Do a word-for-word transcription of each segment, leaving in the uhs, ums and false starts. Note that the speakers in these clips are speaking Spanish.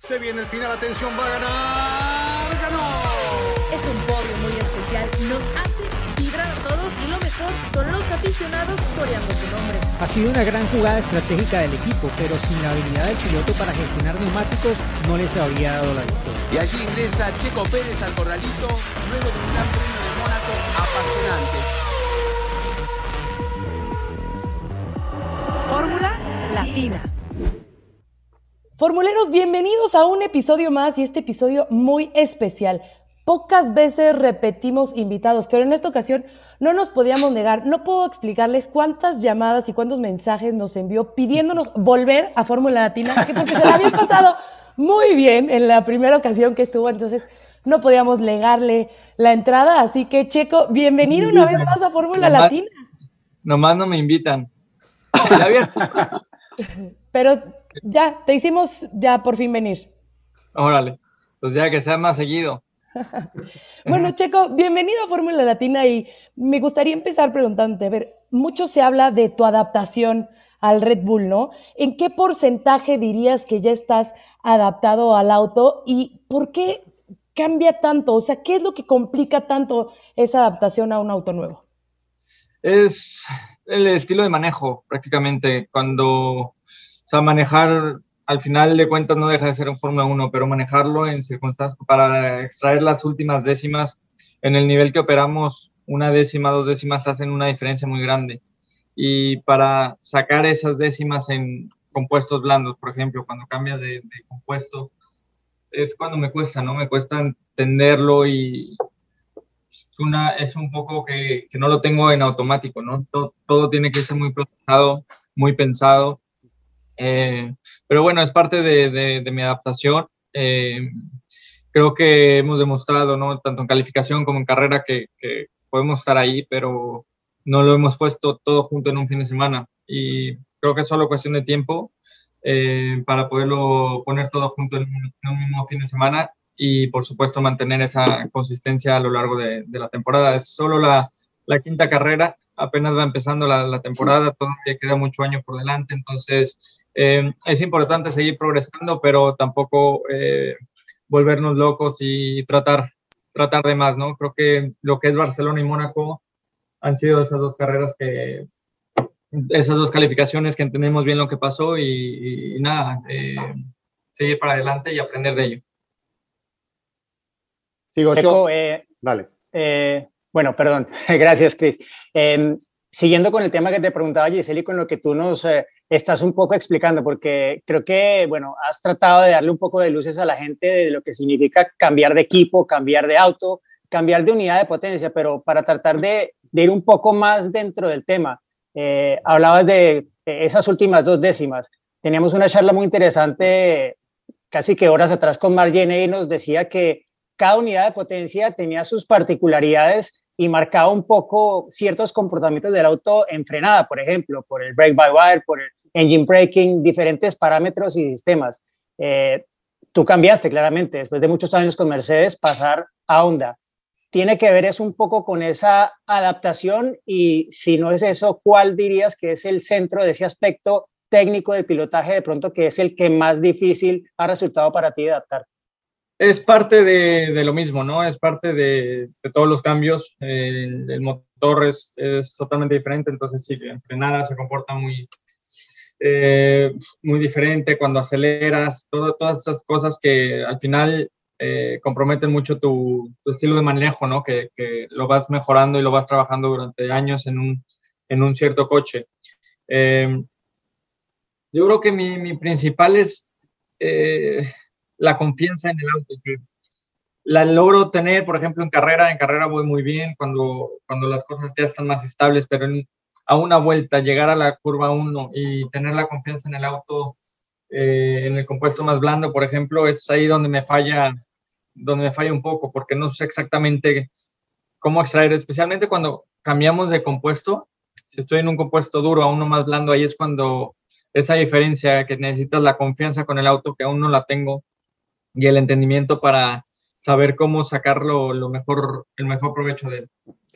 Se viene el final, atención, va a ganar, ganó. Es un podio muy especial, nos hace vibrar a todos y lo mejor son los aficionados coreando su nombre. Ha sido una gran jugada estratégica del equipo, pero sin la habilidad del piloto para gestionar neumáticos no les habría dado la victoria. Y allí ingresa Checo Pérez al corralito, luego de un gran premio de Mónaco apasionante. Fórmula Latina. Formuleros, bienvenidos a un episodio más y este episodio muy especial. Pocas veces repetimos invitados, pero en esta ocasión no nos podíamos negar. No puedo explicarles cuántas llamadas y cuántos mensajes nos envió pidiéndonos volver a Fórmula Latina, que porque se la habían pasado muy bien en la primera ocasión que estuvo, entonces no podíamos negarle la entrada. Así que, Checo, bienvenido una vez más a Fórmula nomás, Latina. Nomás no me invitan. Pero ya, te hicimos ya por fin venir. Órale, pues ya que sea más seguido. Bueno, Checo, bienvenido a Fórmula Latina y me gustaría empezar preguntándote, a ver, mucho se habla de tu adaptación al Red Bull, ¿no? ¿En qué porcentaje dirías que ya estás adaptado al auto y por qué cambia tanto? O sea, ¿qué es lo que complica tanto esa adaptación a un auto nuevo? Es el estilo de manejo, prácticamente. Cuando, o sea, manejar, al final de cuentas no deja de ser un Fórmula uno, pero manejarlo en circunstancias para extraer las últimas décimas en el nivel que operamos, una décima, dos décimas hacen una diferencia muy grande. Y para sacar esas décimas en compuestos blandos, por ejemplo, cuando cambias de, de compuesto, es cuando me cuesta, ¿no? Me cuesta entenderlo y es, una, es un poco que, que no lo tengo en automático, ¿no? Todo, todo tiene que ser muy procesado, muy pensado. Eh, pero bueno, es parte de, de, de mi adaptación. Eh, creo que hemos demostrado, ¿no? Tanto en calificación como en carrera que, que podemos estar ahí, pero no lo hemos puesto todo junto en un fin de semana. Y creo que es solo cuestión de tiempo eh, para poderlo poner todo junto en un, en un mismo fin de semana y, por supuesto, mantener esa consistencia a lo largo de, de la temporada. Es solo la, la quinta carrera, apenas va empezando la, la temporada, todavía queda mucho año por delante, entonces eh, es importante seguir progresando, pero tampoco eh, volvernos locos y tratar, tratar de más, ¿no? Creo que lo que es Barcelona y Mónaco han sido esas dos carreras que, esas dos calificaciones que entendemos bien lo que pasó y, y, y nada, eh, seguir para adelante y aprender de ello. Sigo yo. Eh, Dale. Eh, bueno, perdón. Gracias, Chris. Eh, siguiendo con el tema que te preguntaba, Giselle, y con lo que tú nos eh, estás un poco explicando, porque creo que, bueno, has tratado de darle un poco de luces a la gente de lo que significa cambiar de equipo, cambiar de auto, cambiar de unidad de potencia, pero para tratar de, de ir un poco más dentro del tema, eh, hablabas de esas últimas dos décimas. Teníamos una charla muy interesante, casi que horas atrás con Marjane, y nos decía que cada unidad de potencia tenía sus particularidades y marcaba un poco ciertos comportamientos del auto en frenada, por ejemplo, por el brake by wire, por el engine braking, diferentes parámetros y sistemas. Eh, tú cambiaste claramente, después de muchos años con Mercedes, pasar a Honda. ¿Tiene que ver eso un poco con esa adaptación? Y si no es eso, ¿cuál dirías que es el centro de ese aspecto técnico de pilotaje de pronto que es el que más difícil ha resultado para ti de adaptar? Es parte de, de lo mismo, ¿no? Es parte de, de todos los cambios. El, el motor es, es totalmente diferente, entonces sí, en frenada se comporta muy, eh, muy diferente cuando aceleras, todo, todas esas cosas que al final eh, comprometen mucho tu, tu estilo de manejo, ¿no? Que, que lo vas mejorando y lo vas trabajando durante años en un, en un cierto coche. Eh, yo creo que mi, mi principal es Eh, la confianza en el auto, que la logro tener, por ejemplo, en carrera, en carrera voy muy bien cuando, cuando las cosas ya están más estables, pero en, a una vuelta, llegar a la curva uno y tener la confianza en el auto, eh, en el compuesto más blando, por ejemplo, es ahí donde me falla, donde me falla un poco, porque no sé exactamente cómo extraer, especialmente cuando cambiamos de compuesto. Si estoy en un compuesto duro a uno más blando, ahí es cuando esa diferencia que necesitas la confianza con el auto, que aún no la tengo, y el entendimiento para saber cómo sacarlo lo mejor, el mejor provecho de él.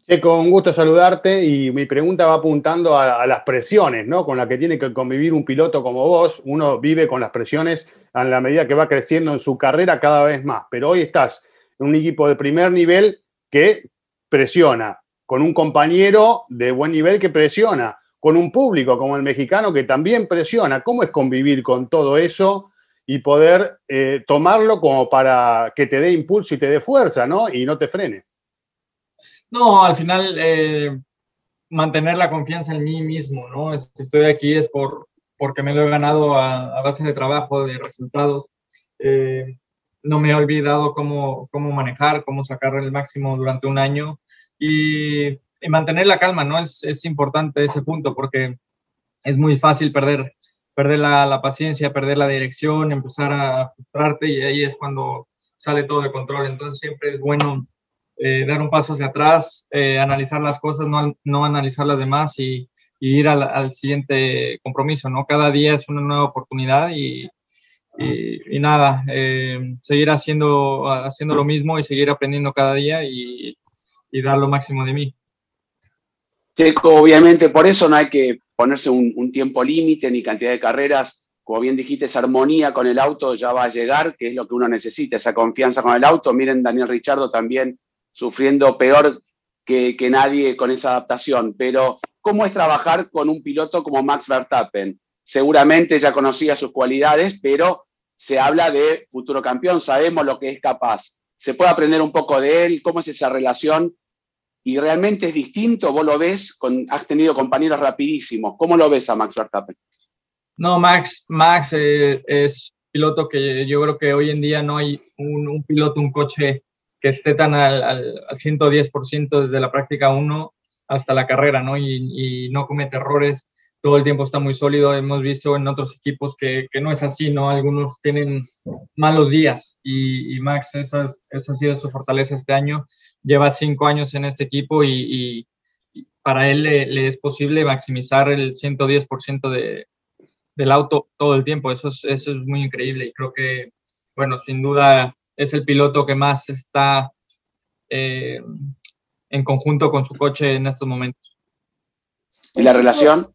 Checo, un gusto saludarte y mi pregunta va apuntando a, a las presiones, ¿no? Con las que tiene que convivir un piloto como vos. Uno vive con las presiones a la medida que va creciendo en su carrera cada vez más, pero hoy estás en un equipo de primer nivel que presiona, con un compañero de buen nivel que presiona, con un público como el mexicano que también presiona. ¿Cómo es convivir con todo eso y poder eh, tomarlo como para que te dé impulso y te dé fuerza, ¿no? Y no te frene? No, al final eh, mantener la confianza en mí mismo, ¿no? Si estoy aquí es por, porque me lo he ganado a, a base de trabajo, de resultados. Eh, no me he olvidado cómo, cómo manejar, cómo sacar el máximo durante un año y, y mantener la calma, ¿no? Es, es importante ese punto porque es muy fácil perder, perder la, la paciencia, perder la dirección, empezar a frustrarte y ahí es cuando sale todo de control. Entonces siempre es bueno Eh, dar un paso hacia atrás, eh, analizar las cosas, no, no analizar las demás y, y ir al, al siguiente compromiso, ¿no? Cada día es una nueva oportunidad y, y, y nada, eh, seguir haciendo, haciendo lo mismo y seguir aprendiendo cada día y, y dar lo máximo de mí. Checo, obviamente por eso no hay que ponerse un, un tiempo límite ni cantidad de carreras. Como bien dijiste, esa armonía con el auto ya va a llegar, que es lo que uno necesita, esa confianza con el auto. Miren, Daniel Ricciardo también sufriendo peor que, que nadie con esa adaptación. Pero, ¿cómo es trabajar con un piloto como Max Verstappen? Seguramente ya conocía sus cualidades, pero se habla de futuro campeón, sabemos lo que es capaz. ¿Se puede aprender un poco de él? ¿Cómo es esa relación? ¿Y realmente es distinto? ¿Vos lo ves? Con, has tenido compañeros rapidísimos. ¿Cómo lo ves a Max Verstappen? No, Max, Max eh, es piloto que yo creo que hoy en día no hay un, un piloto, un coche que esté tan al, al, al ciento diez por ciento desde la práctica uno hasta la carrera, ¿no? Y, y no comete errores, todo el tiempo está muy sólido. Hemos visto en otros equipos que, que no es así, ¿no? Algunos tienen malos días y, y Max, eso, es, eso ha sido su fortaleza este año. Lleva cinco años en este equipo y, y, y para él le, le es posible maximizar el ciento diez por ciento de, del auto todo el tiempo. Eso es, eso es muy increíble y creo que, bueno, sin duda es el piloto que más está eh, en conjunto con su coche en estos momentos. ¿Y la relación?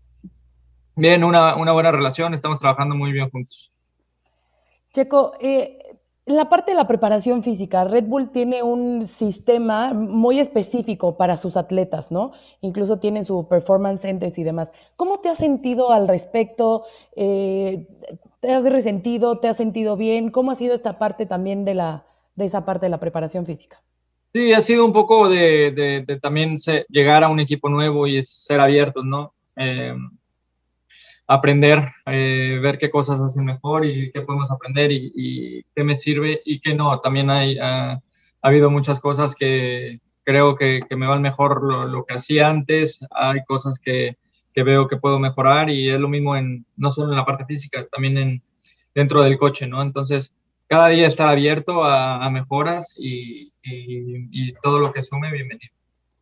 Bien, una, una buena relación, estamos trabajando muy bien juntos. Checo, eh, en la parte de la preparación física, Red Bull tiene un sistema muy específico para sus atletas, ¿no? Incluso tiene su performance centers y demás. ¿Cómo te has sentido al respecto? Eh, ¿Te has resentido? ¿Te has sentido bien? ¿Cómo ha sido esta parte también de, la, de esa parte de la preparación física? Sí, ha sido un poco de, de, de también se, llegar a un equipo nuevo y ser abiertos, ¿no? Eh, aprender, eh, ver qué cosas hacen mejor y qué podemos aprender y, y qué me sirve y qué no. También hay, uh, ha habido muchas cosas que creo que, que me van mejor lo, lo que hacía antes. Hay cosas que, que veo que puedo mejorar y es lo mismo en, no solo en la parte física, también en, dentro del coche, ¿no? Entonces, cada día estar abierto a, a mejoras y, y, y todo lo que sume, bienvenido.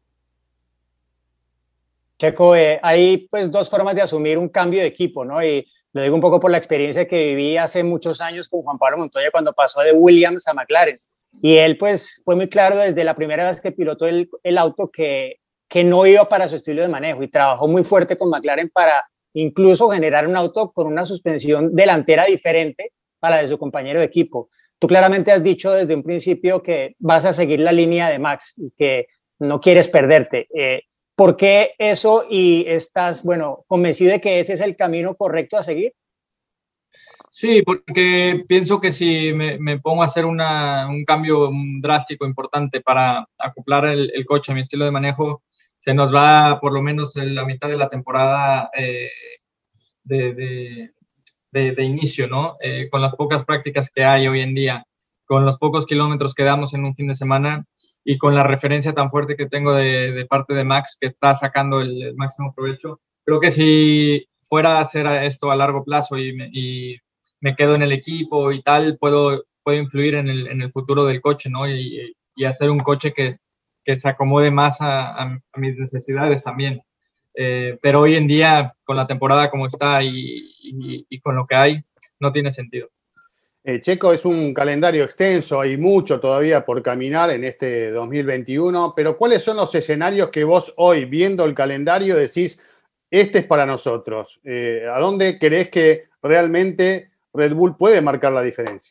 Checo, eh, hay pues dos formas de asumir un cambio de equipo, ¿no? Y lo digo un poco por la experiencia que viví hace muchos años con Juan Pablo Montoya cuando pasó de Williams a McLaren. Y él pues fue muy claro desde la primera vez que pilotó el, el auto que, que no iba para su estilo de manejo y trabajó muy fuerte con McLaren para incluso generar un auto con una suspensión delantera diferente a la de su compañero de equipo. Tú claramente has dicho desde un principio que vas a seguir la línea de Max y que no quieres perderte. Eh, ¿Por qué eso y estás, bueno, convencido de que ese es el camino correcto a seguir? Sí, porque pienso que si me, me pongo a hacer una, un cambio drástico, importante para acoplar el, el coche a mi estilo de manejo, se nos va por lo menos en la mitad de la temporada eh, de, de, de, de inicio, ¿no? Eh, con las pocas prácticas que hay hoy en día, con los pocos kilómetros que damos en un fin de semana, y con la referencia tan fuerte que tengo de, de parte de Max, que está sacando el, el máximo provecho, creo que si fuera a hacer esto a largo plazo y me, y me quedo en el equipo y tal, puedo, puedo influir en el, en el futuro del coche, ¿no? Y, y hacer un coche que, que se acomode más a, a, a mis necesidades también. Eh, pero hoy en día, con la temporada como está y, y, y con lo que hay, no tiene sentido. Eh, Checo, es un calendario extenso, hay mucho todavía por caminar en este dos mil veintiuno, pero ¿cuáles son los escenarios que vos hoy, viendo el calendario, decís, este es para nosotros? Eh, ¿A dónde creés que realmente Red Bull puede marcar la diferencia?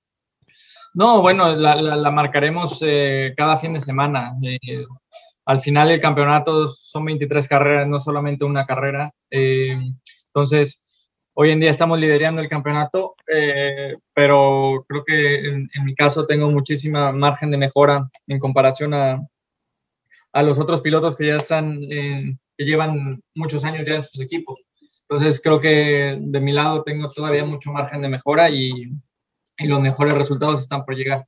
No, bueno, la, la, la marcaremos eh, cada fin de semana. Eh, al final el campeonato son veintitrés carreras, no solamente una carrera. Eh, entonces, hoy en día estamos liderando el campeonato, eh, pero creo que en, en mi caso tengo muchísima margen de mejora en comparación a, a los otros pilotos que ya están, eh, que llevan muchos años ya en sus equipos. Entonces, creo que de mi lado tengo todavía mucho margen de mejora y y los mejores resultados están por llegar.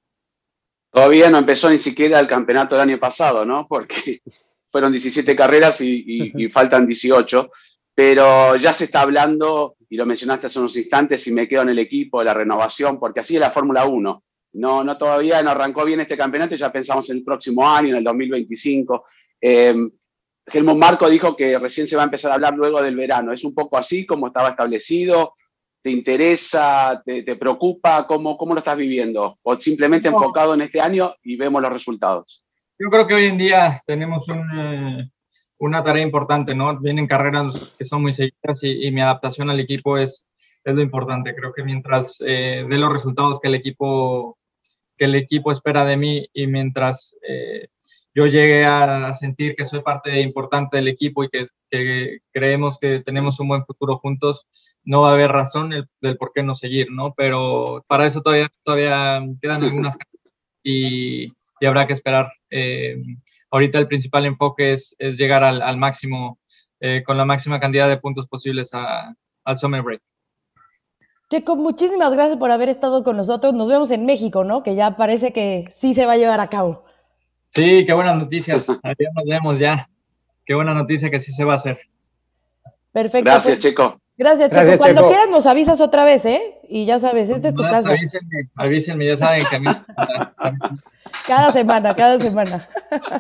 Todavía no empezó ni siquiera el campeonato del año pasado, ¿no? Porque fueron diecisiete carreras y, y, y faltan dieciocho, pero ya se está hablando, y lo mencionaste hace unos instantes, si me quedo en el equipo, de la renovación, porque así es la Fórmula uno. No, no todavía no arrancó bien este campeonato y ya pensamos en el próximo año, en el dos mil veinticinco. Eh, Helmut Marko dijo que recién se va a empezar a hablar luego del verano. ¿Es un poco así como estaba establecido? ¿Te interesa? ¿Te, te preocupa? ¿Cómo, ¿Cómo lo estás viviendo? ¿O simplemente no. enfocado en este año y vemos los resultados? Yo creo que hoy en día tenemos un, eh, una tarea importante, ¿no? Vienen carreras que son muy seguidas y, y mi adaptación al equipo es, es lo importante. Creo que mientras eh, dé los resultados que el equipo, que el equipo espera de mí y mientras eh, yo llegue a sentir que soy parte importante del equipo y que, que creemos que tenemos un buen futuro juntos, no va a haber razón el, del por qué no seguir, ¿no? Pero para eso todavía, todavía quedan algunas y, y habrá que esperar. Eh, ahorita el principal enfoque es, es llegar al, al máximo, eh, con la máxima cantidad de puntos posibles a, al Summer Break. Checo, muchísimas gracias por haber estado con nosotros. Nos vemos en México, ¿no? Que ya parece que sí se va a llevar a cabo. Sí, qué buenas noticias. Ayer nos vemos ya. Qué buena noticia que sí se va a hacer. Perfecto. Gracias, pues, Checo. Gracias, Checo. Gracias, Cuando Checo. quieras nos avisas otra vez, ¿eh? Y ya sabes, esta es tu No, casa. Avísenme, avísenme, ya saben que a mí... Cada semana, cada semana.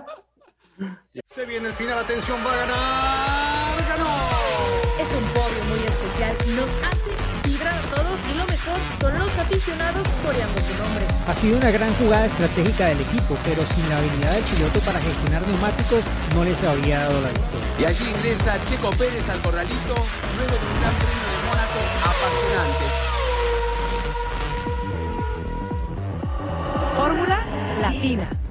Se viene el final, atención, va a ganar, ganó. Es un podio muy especial, nos hace vibrar a todos y lo mejor son los aficionados coreando su nombre. Ha sido una gran jugada estratégica del equipo, pero sin la habilidad del piloto para gestionar neumáticos no les habría dado la victoria. Y allí ingresa Checo Pérez al corralito luego de un gran premio de Mónaco apasionante. Fórmula Latina.